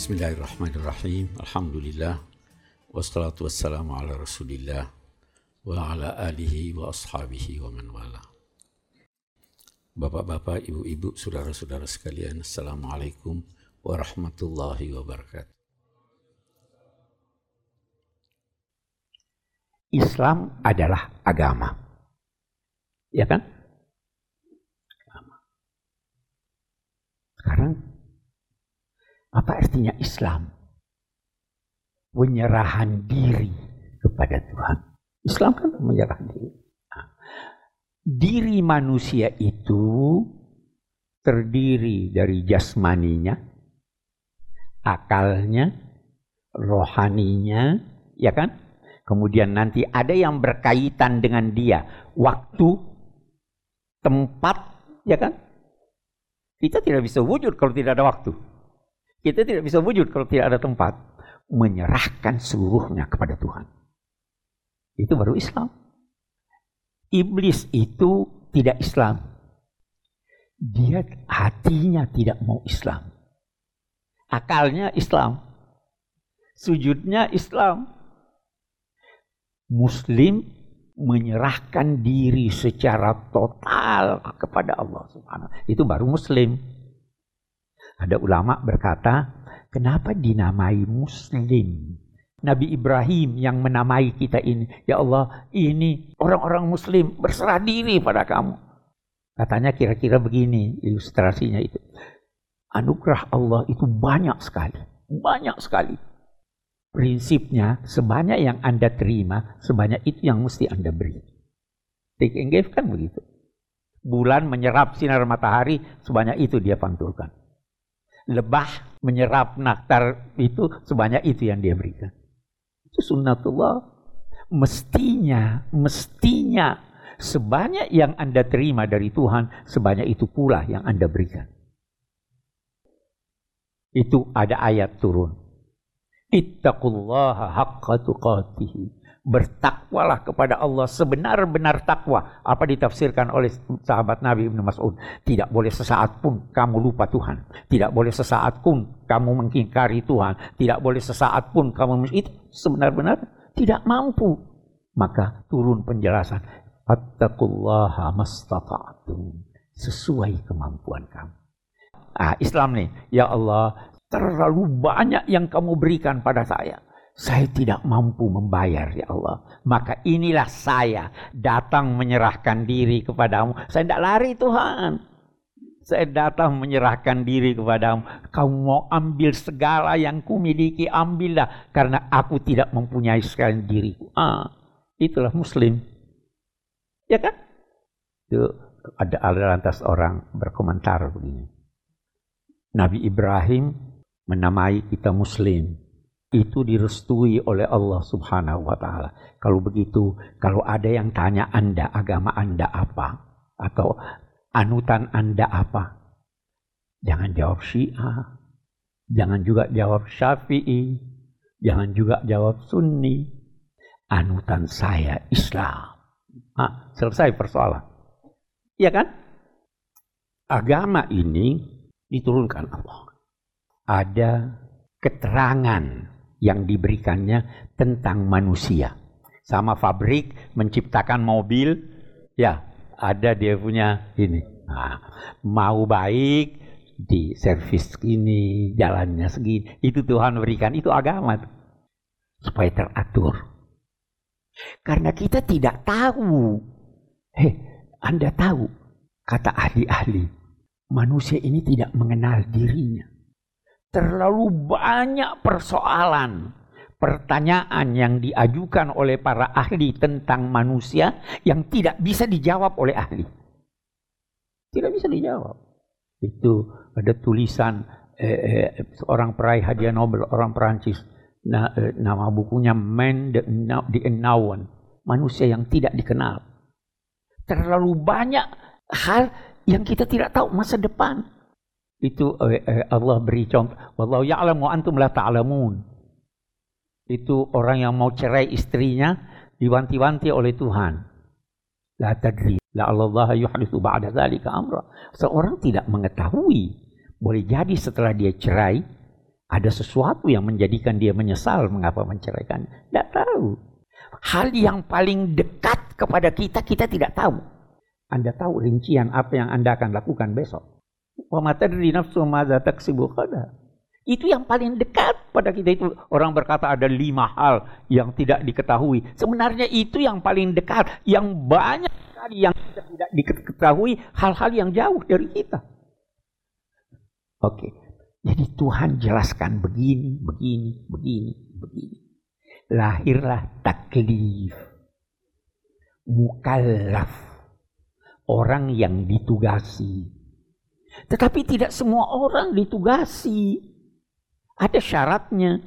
Bismillahirrahmanirrahim. Alhamdulillah. Wassalatu wassalamu ala rasulillah wa ala alihi wa ashabihi wa man wala. Bapak-bapak, ibu-ibu, saudara-saudara sekalian, Assalamualaikum warahmatullahi wabarakatuh. Islam adalah agama. Ya kan? Agama. Sekarang, apa artinya Islam? Penyerahan diri kepada Tuhan. Islam kan menyerah diri. Diri manusia itu terdiri dari jasmaninya, akalnya, rohaninya, ya kan? Kemudian nanti ada yang berkaitan dengan dia, waktu, tempat, ya kan? Kita tidak bisa wujud kalau tidak ada waktu. Kita tidak bisa wujud kalau tidak ada tempat. Menyerahkan seluruhnya kepada Tuhan. Itu baru Islam. Iblis itu tidak Islam. Dia hatinya tidak mau Islam. Akalnya Islam. Sujudnya Islam. Muslim menyerahkan diri secara total kepada Allah Subhanahu. Itu baru Muslim. Ada ulama berkata, kenapa dinamai Muslim? Nabi Ibrahim yang menamai kita ini, ya Allah, ini orang-orang Muslim berserah diri pada kamu. Katanya kira-kira begini ilustrasinya itu. Anugerah Allah itu banyak sekali. Banyak sekali. Prinsipnya, sebanyak yang Anda terima, sebanyak itu yang mesti Anda beri. Take and give kan begitu. Bulan menyerap sinar matahari, sebanyak itu dia pantulkan. Lebah menyerap nektar itu, sebanyak itu yang dia berikan. Itu sunnatullah. Mestinya sebanyak yang Anda terima dari Tuhan, sebanyak itu pula yang Anda berikan. Itu ada ayat turun. Ittaqullaha haqqa tuqatih. Bertakwalah kepada Allah sebenar-benar takwa. Apa ditafsirkan oleh sahabat Nabi Ibnu Mas'ud? Tidak boleh sesaat pun kamu lupa Tuhan. Tidak boleh sesaat pun kamu mengingkari Tuhan. Tidak boleh sesaat pun kamu itu sebenar-benar tidak mampu. Maka turun penjelasan. Fattaqullaha mastata'tum. Sesuai kemampuan kamu. Islam nih. Ya Allah, terlalu banyak yang kamu berikan pada saya. Saya tidak mampu membayar, ya Allah. Maka inilah saya datang menyerahkan diri kepadamu. Saya tidak lari Tuhan. Saya datang menyerahkan diri kepadamu. Kamu mau ambil segala yang kumiliki, ambillah. Karena aku tidak mempunyai sekalian diriku. Itulah Muslim. Ya kan? Itu ada lantas orang berkomentar begini. Nabi Ibrahim menamai kita Muslim. Itu direstui oleh Allah Subhanahu wa ta'ala. Kalau begitu, kalau ada yang tanya Anda, agama Anda apa? Atau anutan Anda apa? Jangan jawab Syiah. Jangan juga jawab Syafi'i. Jangan juga jawab Sunni. Anutan saya Islam. Selesai persoalan. Iya kan? Agama ini diturunkan Allah. Ada keterangan yang diberikannya tentang manusia. Sama pabrik menciptakan mobil, ya ada dia punya ini. Mau baik, di servis ini, jalannya segini. Itu Tuhan berikan, itu agama. Supaya teratur. Karena kita tidak tahu. Anda tahu, kata ahli-ahli, manusia ini tidak mengenal dirinya. Terlalu banyak persoalan, pertanyaan yang diajukan oleh para ahli tentang manusia yang tidak bisa dijawab oleh ahli. Tidak bisa dijawab. Itu ada tulisan seorang peraih hadiah Nobel, orang Perancis. Nama bukunya Man the Unknown. Manusia yang tidak dikenal. Terlalu banyak hal yang kita tidak tahu masa depan. Itu Allah beri contoh. Wallahu ya'lamu wa antum la ta'lamun. Itu orang yang mau cerai istrinya diwanti-wanti oleh Tuhan. La tadri la'allallaha yuhditsu ba'da dzalika amra. Seorang tidak mengetahui. Boleh jadi setelah dia cerai Ada sesuatu yang menjadikan dia menyesal mengapa menceraikan. Tidak tahu. Hal yang paling dekat kepada kita, kita tidak tahu. Anda tahu rincian apa yang Anda akan lakukan besok. Wa ma tadri nafsun madza taksibu ghadan. Itu yang paling dekat pada kita itu. Orang berkata ada 5 hal yang tidak diketahui. Sebenarnya itu yang paling dekat. Yang banyak sekali yang tidak diketahui, hal-hal yang jauh dari kita. Oke. Jadi Tuhan jelaskan begini. Lahirlah taklif. Mukallaf. Orang yang ditugasi. Tetapi tidak semua orang ditugasi. Ada syaratnya.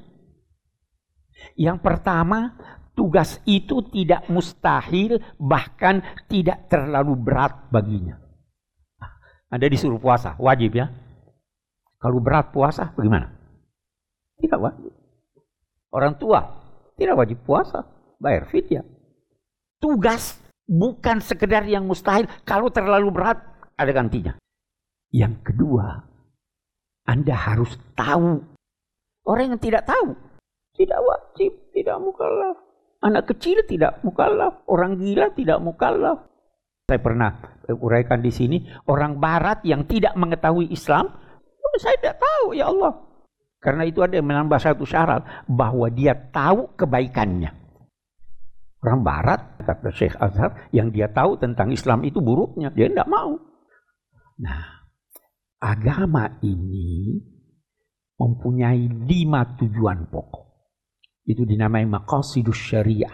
Yang pertama, tugas itu tidak mustahil, bahkan tidak terlalu berat baginya. Anda disuruh puasa, wajib ya. Kalau berat puasa, bagaimana? Tidak wajib. Orang tua tidak wajib puasa, bayar fidyah. Tugas bukan sekedar yang mustahil, kalau terlalu berat ada gantinya. Yang kedua, Anda harus tahu. Orang yang tidak tahu, tidak wajib, tidak mukallaf. Anak kecil tidak mukallaf, orang gila tidak mukallaf. Saya pernah uraikan di sini, orang barat yang tidak mengetahui Islam, saya tidak tahu ya Allah. Karena itu ada yang menambah satu syarat, bahwa dia tahu kebaikannya. Orang barat, kata Syekh Azhar, yang dia tahu tentang Islam itu buruknya, dia tidak mau. Nah, agama ini mempunyai 5 tujuan pokok. Itu dinamai maqasidus syariah.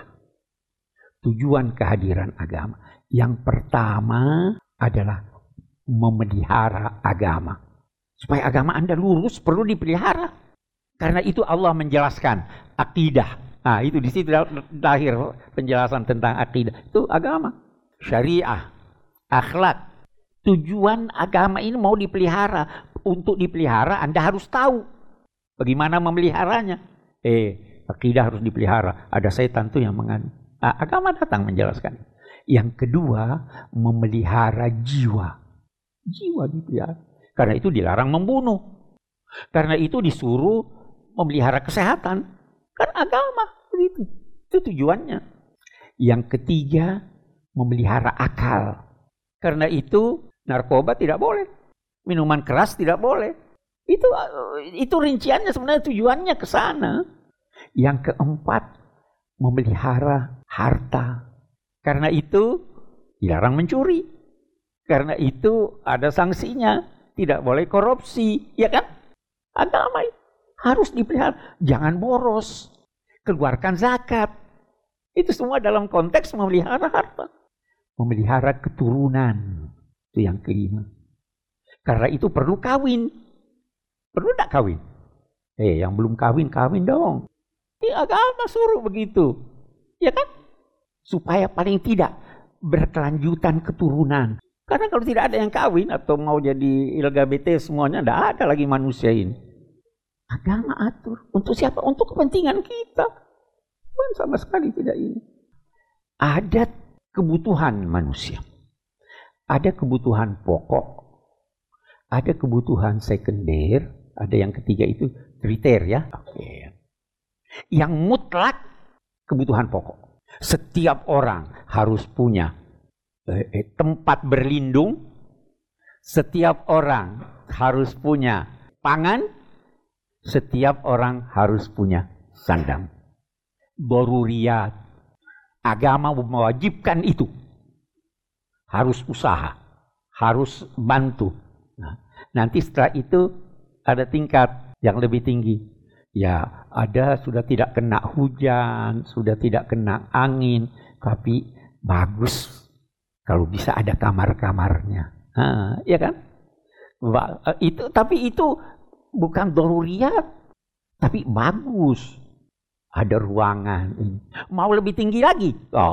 Tujuan kehadiran agama. Yang pertama adalah memelihara agama. Supaya agama Anda lurus perlu dipelihara. Karena itu Allah menjelaskan akidah. Nah, itu di situ lahir penjelasan tentang akidah. Itu agama, syariah, akhlak. Tujuan agama ini mau dipelihara. Untuk dipelihara Anda harus tahu bagaimana memeliharanya. Akidah harus dipelihara. Ada setan tuh yang mengandung. Agama datang menjelaskan. Yang kedua, memelihara jiwa. Jiwa dipelihara. Karena itu dilarang membunuh. Karena itu disuruh memelihara kesehatan. Kan agama begitu. Itu tujuannya. Yang ketiga, memelihara akal. Karena itu narkoba tidak boleh. Minuman keras tidak boleh. Itu rinciannya sebenarnya tujuannya ke sana. Yang keempat, memelihara harta. Karena itu dilarang mencuri. Karena itu ada sanksinya. Tidak boleh korupsi, ya kan? Agama harus dipelihara. Jangan boros. Keluarkan zakat. Itu semua dalam konteks memelihara harta. Memelihara keturunan. Itu yang kelima. Karena itu perlu kawin. Perlu tidak kawin? Yang belum kawin, kawin dong. Agama suruh begitu. Ya kan? Supaya paling tidak berkelanjutan keturunan. Karena kalau tidak ada yang kawin atau mau jadi LGBT semuanya, tidak ada lagi manusia ini. Agama atur. Untuk siapa? Untuk kepentingan kita. Bukan sama sekali tidak ini. Ada kebutuhan manusia. Ada kebutuhan pokok. Ada kebutuhan sekunder. Ada yang ketiga itu kriteria. Yang mutlak kebutuhan pokok. Setiap orang harus punya tempat berlindung. Setiap orang harus punya pangan. Setiap orang harus punya sandang. Daruriyat. Agama mewajibkan itu. Harus usaha. Harus bantu. Nanti setelah itu ada tingkat yang lebih tinggi. Ya, ada sudah tidak kena hujan, sudah tidak kena angin, tapi bagus. Kalau bisa ada kamar-kamarnya, ya kan? Tapi itu bukan daruriyat, tapi bagus. Ada ruangan ini. Mau lebih tinggi lagi?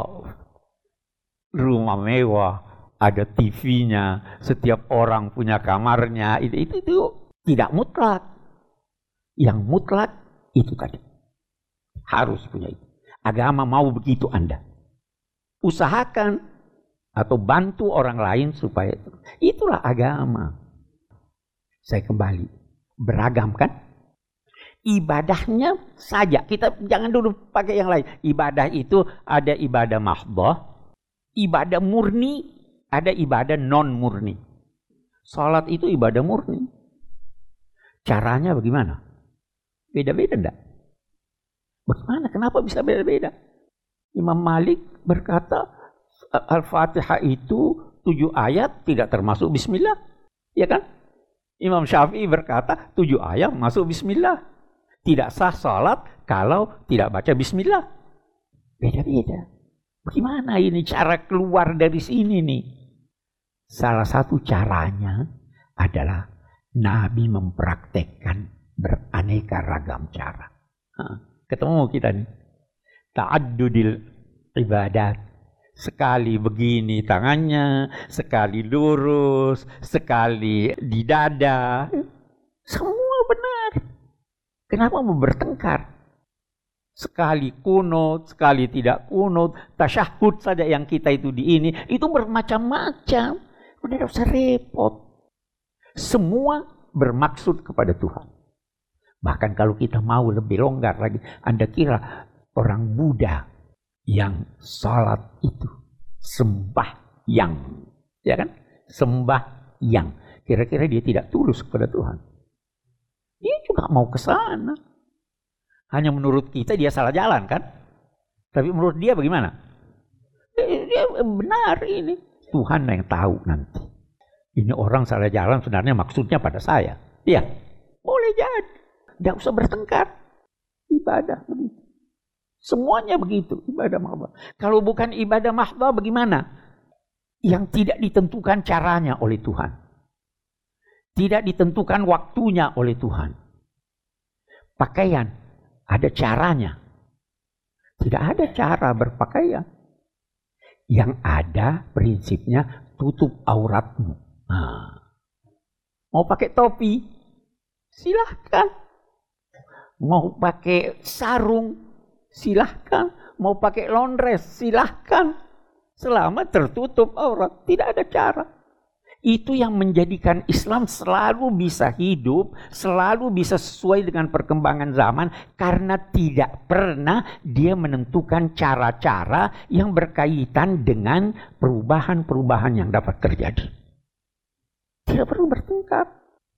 Rumah mewah, ada TV-nya, setiap orang punya kamarnya. Itu tidak mutlak. Yang mutlak itu tadi. Harus punya itu. Agama mau begitu Anda. Usahakan. Atau bantu orang lain supaya itulah agama. Saya kembali. Beragam kan? ibadahnya saja. Kita jangan dulu pakai yang lain. Ibadah itu ada ibadah mahdhah, ibadah murni, ada ibadah non murni. Salat itu ibadah murni. Caranya bagaimana? Beda-beda enggak? Bagaimana? Kenapa bisa beda-beda? Imam Malik berkata Al-Fatihah itu 7 ayat tidak termasuk bismillah. Ya kan? Imam Syafi'i berkata 7 ayat masuk bismillah. Tidak sah salat kalau tidak baca bismillah. Beda-beda. Bagaimana ini cara keluar dari sini nih? Salah satu caranya adalah Nabi mempraktekkan beraneka ragam cara. Ketemu kita nih. Ta'addudil ibadat. Sekali begini tangannya, sekali lurus, sekali di dada. Semua benar. Kenapa mau bertengkar? Sekali kunut, sekali tidak kunut, tasyahud saja yang kita itu di ini, itu bermacam-macam. Udah usah repot. Semua bermaksud kepada Tuhan. Bahkan kalau kita mau lebih longgar lagi, Anda kira orang Buddha yang salat itu sembahyang, ya kan? Sembahyang. Kira-kira dia tidak tulus kepada Tuhan. Dia juga mau ke sana. Hanya menurut kita dia salah jalan kan? Tapi menurut dia bagaimana? Dia benar ini. Tuhan yang tahu nanti. Ini orang salah jalan sebenarnya maksudnya pada saya. Iya, boleh jadi. Tidak usah bertengkar. Ibadah begitu. Semuanya begitu. Ibadah mahdhah. Kalau bukan ibadah mahdhah bagaimana? Yang tidak ditentukan caranya oleh Tuhan. Tidak ditentukan waktunya oleh Tuhan. Pakaian, ada caranya. Tidak ada cara berpakaian. Yang ada prinsipnya tutup auratmu. Mau pakai topi, silahkan. Mau pakai sarung, silahkan. Mau pakai londres, silahkan. Selama tertutup aurat, tidak ada cara. Itu yang menjadikan Islam selalu bisa hidup, selalu bisa sesuai dengan perkembangan zaman, karena tidak pernah dia menentukan cara-cara yang berkaitan dengan perubahan-perubahan yang dapat terjadi. Tidak perlu bertengkar.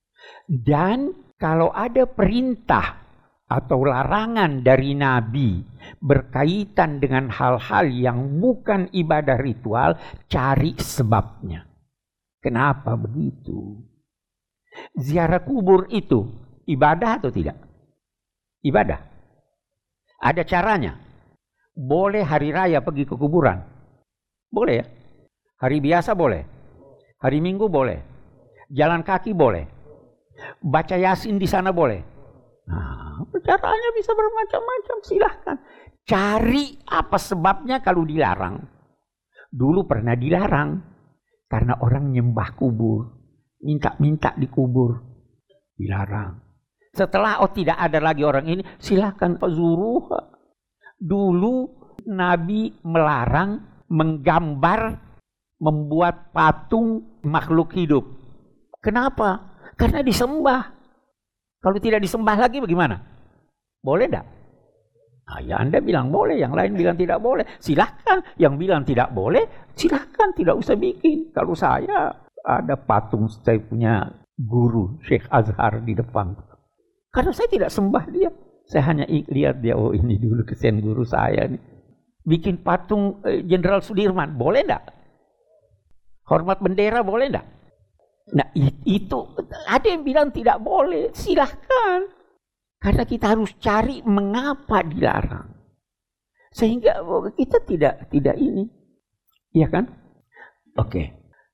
Dan kalau ada perintah atau larangan dari Nabi berkaitan dengan hal-hal yang bukan ibadah ritual, cari sebabnya. Kenapa begitu? Ziarah kubur itu ibadah atau tidak? Ibadah. Ada caranya. Boleh hari raya pergi ke kuburan. Boleh ya? Hari biasa boleh. Hari Minggu boleh. Jalan kaki boleh. Baca Yasin di sana boleh. Nah, caranya bisa bermacam-macam, silahkan. Cari apa sebabnya kalau dilarang. Dulu pernah dilarang. Karena orang nyembah kubur, minta-minta di kubur, dilarang. Setelah tidak ada lagi orang ini, silakan zuruh. Dulu Nabi melarang menggambar, membuat patung makhluk hidup. Kenapa? Karena disembah. Kalau tidak disembah lagi bagaimana? Boleh enggak? Nah, ya Anda bilang boleh, yang lain bilang tidak boleh. Silahkan, yang bilang tidak boleh, silahkan, tidak usah bikin. Kalau saya ada patung saya punya guru, Syekh Azhar di depan. Karena saya tidak sembah dia. Saya hanya lihat dia, oh ini dulu kesian guru saya nih. Bikin patung Jenderal Sudirman, boleh enggak? Hormat bendera, boleh enggak? Nah itu, ada yang bilang tidak boleh, silahkan. Karena kita harus cari mengapa dilarang. Sehingga kita tidak ini. Iya kan? Oke.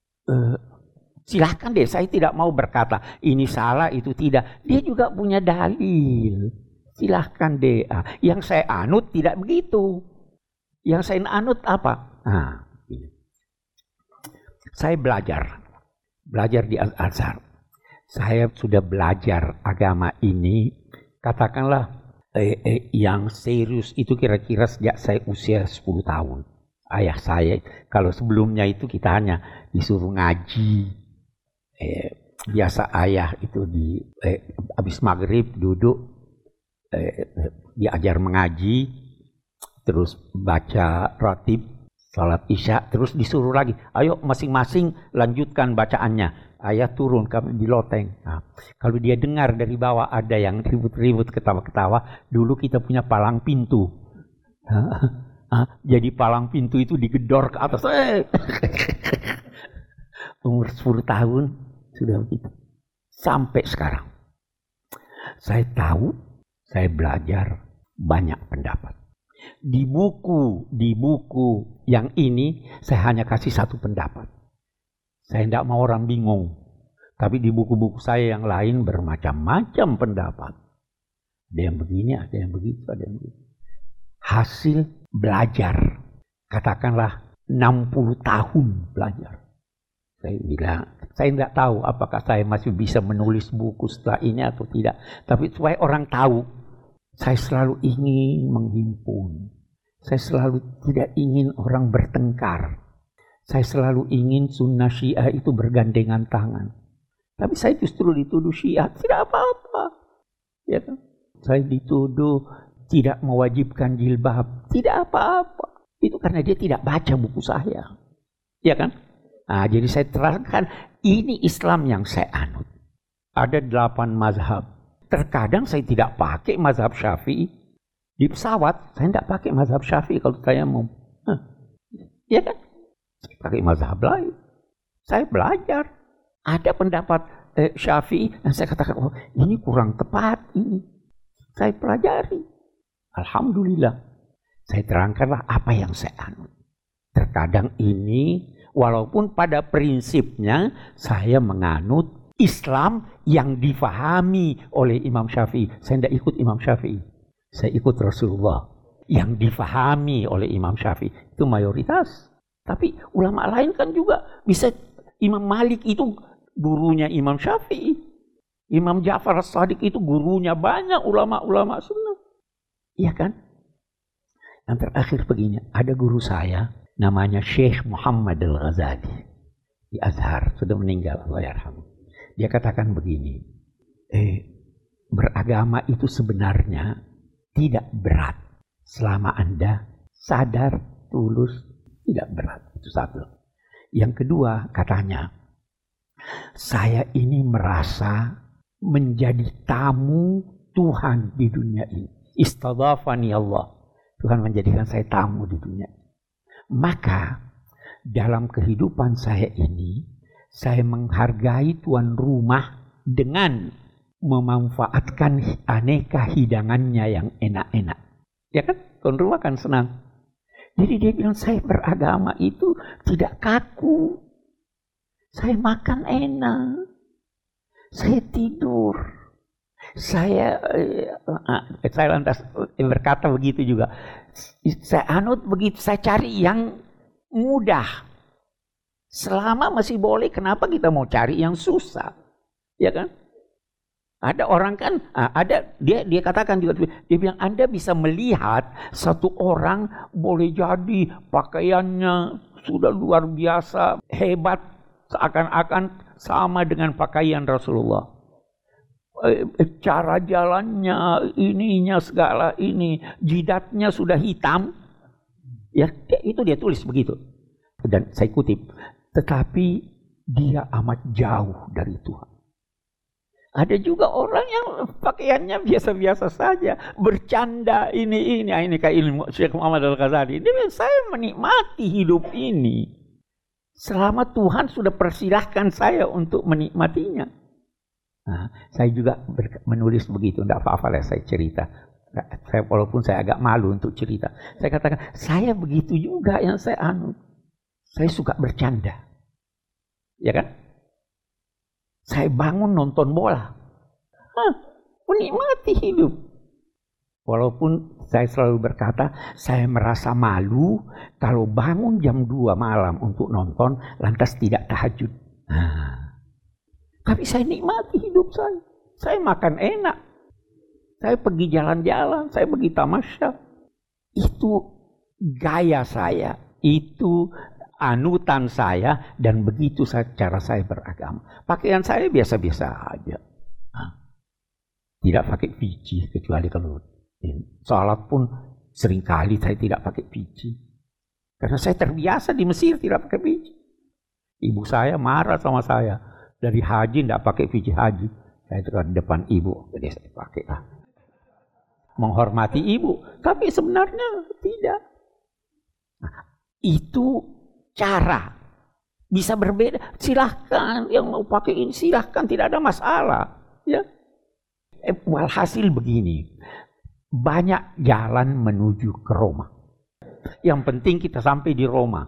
Silahkan deh, saya tidak mau berkata ini salah, itu tidak. Dia juga punya dalil. Silahkan deh. Yang saya anut tidak begitu. Yang saya anut apa? Nah, ini. Saya belajar di Al-Azhar. Saya sudah belajar agama ini. Katakanlah yang serius itu kira-kira sejak saya usia 10 tahun. Ayah saya, kalau sebelumnya itu kita hanya disuruh ngaji. Biasa ayah itu habis maghrib duduk diajar mengaji, terus baca ratib, salat isya, terus disuruh lagi, ayo masing-masing lanjutkan bacaannya. Ayah turun, kami di loteng. Nah, kalau dia dengar dari bawah ada yang ribut-ribut, ketawa-ketawa, dulu kita punya palang pintu. Jadi palang pintu itu digedor ke atas. Umur 10 tahun sudah begitu. Sampai sekarang. Saya tahu, saya belajar banyak pendapat. Di buku yang ini saya hanya kasih satu pendapat. Saya tidak mau orang bingung. Tapi di buku-buku saya yang lain bermacam-macam pendapat. Ada yang begini, ada yang begitu, ada yang begitu. Hasil belajar. Katakanlah 60 tahun belajar. Saya bilang, saya tidak tahu apakah saya masih bisa menulis buku setelah ini atau tidak. Tapi supaya orang tahu, saya selalu ingin menghimpun. Saya selalu tidak ingin orang bertengkar. Saya selalu ingin sunnah Syiah itu bergandengan tangan. Tapi saya justru dituduh Syiah, tidak apa-apa. Ya kan? Saya dituduh tidak mewajibkan jilbab, tidak apa-apa. Itu karena dia tidak baca buku saya. Ya kan? Nah, jadi saya terangkan, ini Islam yang saya anut. Ada 8 mazhab. Terkadang saya tidak pakai mazhab Syafi'i. Di pesawat, saya tidak pakai mazhab Syafi'i kalau saya mau. Ya kan? Saya pakai mazhab lain. Saya belajar. Ada pendapat Syafi'i, dan saya katakan, oh ini kurang tepat ini. Saya pelajari. Alhamdulillah. Saya terangkanlah apa yang saya anut. Terkadang ini, walaupun pada prinsipnya saya menganut Islam yang difahami oleh Imam Syafi'i. Saya tidak ikut Imam Syafi'i. Saya ikut Rasulullah. Yang difahami oleh Imam Syafi'i. Itu mayoritas. Tapi ulama lain kan juga bisa. Imam Malik itu gurunya Imam Syafi'i. Imam Ja'far As-Shadiq itu gurunya banyak ulama-ulama sunnah. Iya kan? Yang terakhir begini. Ada guru saya. Namanya Syekh Muhammad Al-Ghazali di Azhar, sudah meninggal, Allah yarhamu. Dia katakan begini, beragama itu sebenarnya tidak berat selama Anda sadar, tulus, tidak berat. Itu satu. Yang kedua, katanya, saya ini merasa menjadi tamu Tuhan di dunia ini. Istadhafani Allah. Tuhan menjadikan saya tamu di dunia ini. Maka dalam kehidupan saya ini, saya menghargai tuan rumah dengan memanfaatkan aneka hidangannya yang enak-enak. Ya kan? Tuan rumah kan senang. Jadi dia bilang, saya beragama itu tidak kaku. Saya makan enak. Saya tidur. Saya lantas berkata begitu juga. Saya anut begitu, saya cari yang mudah. Selama masih boleh, kenapa kita mau cari yang susah? Ya kan? Ada orang kan, dia katakan juga, dia bilang Anda bisa melihat satu orang boleh jadi pakaiannya sudah luar biasa, hebat, seakan-akan sama dengan pakaian Rasulullah. Cara jalannya, ininya segala ini, jidatnya sudah hitam. Ya, itu dia tulis begitu. Dan saya kutip, tetapi dia amat jauh dari Tuhan. Ada juga orang yang pakaiannya biasa-biasa saja, bercanda ini kayak ilmu Syekh Muhammad Al-Ghazali. Dia bilang, saya menikmati hidup ini selama Tuhan sudah persilahkan saya untuk menikmatinya. Nah, saya juga menulis begitu, tidak apa-apa lah saya cerita. Walaupun saya agak malu untuk cerita. Saya katakan, saya begitu juga yang saya anut. Saya suka bercanda. Ya kan? Saya bangun nonton bola. Menikmati hidup. Walaupun saya selalu berkata, saya merasa malu kalau bangun jam 2 malam untuk nonton, lantas tidak tahajud. Tapi saya nikmati hidup saya. Saya makan enak. Saya pergi jalan-jalan, saya pergi tamasya. Itu gaya saya, itu anutan saya, dan begitu cara saya beragama. Pakaian saya biasa-biasa aja. tidak pakai peci kecuali kalau salat pun seringkali saya tidak pakai peci. Karena saya terbiasa di Mesir tidak pakai peci. Ibu saya marah sama saya. Dari haji tidak pakai peci haji. Saya itu kan depan ibu, jadi saya pakai lah. Menghormati ibu, tapi sebenarnya tidak. Nah, itu cara. Bisa berbeda. Silahkan yang mau pakai ini, silahkan, tidak ada masalah. Ya. Walhasil begini, banyak jalan menuju ke Roma. Yang penting kita sampai di Roma.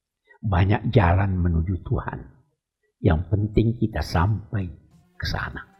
Banyak jalan menuju Tuhan. Yang penting kita sampai ke sana.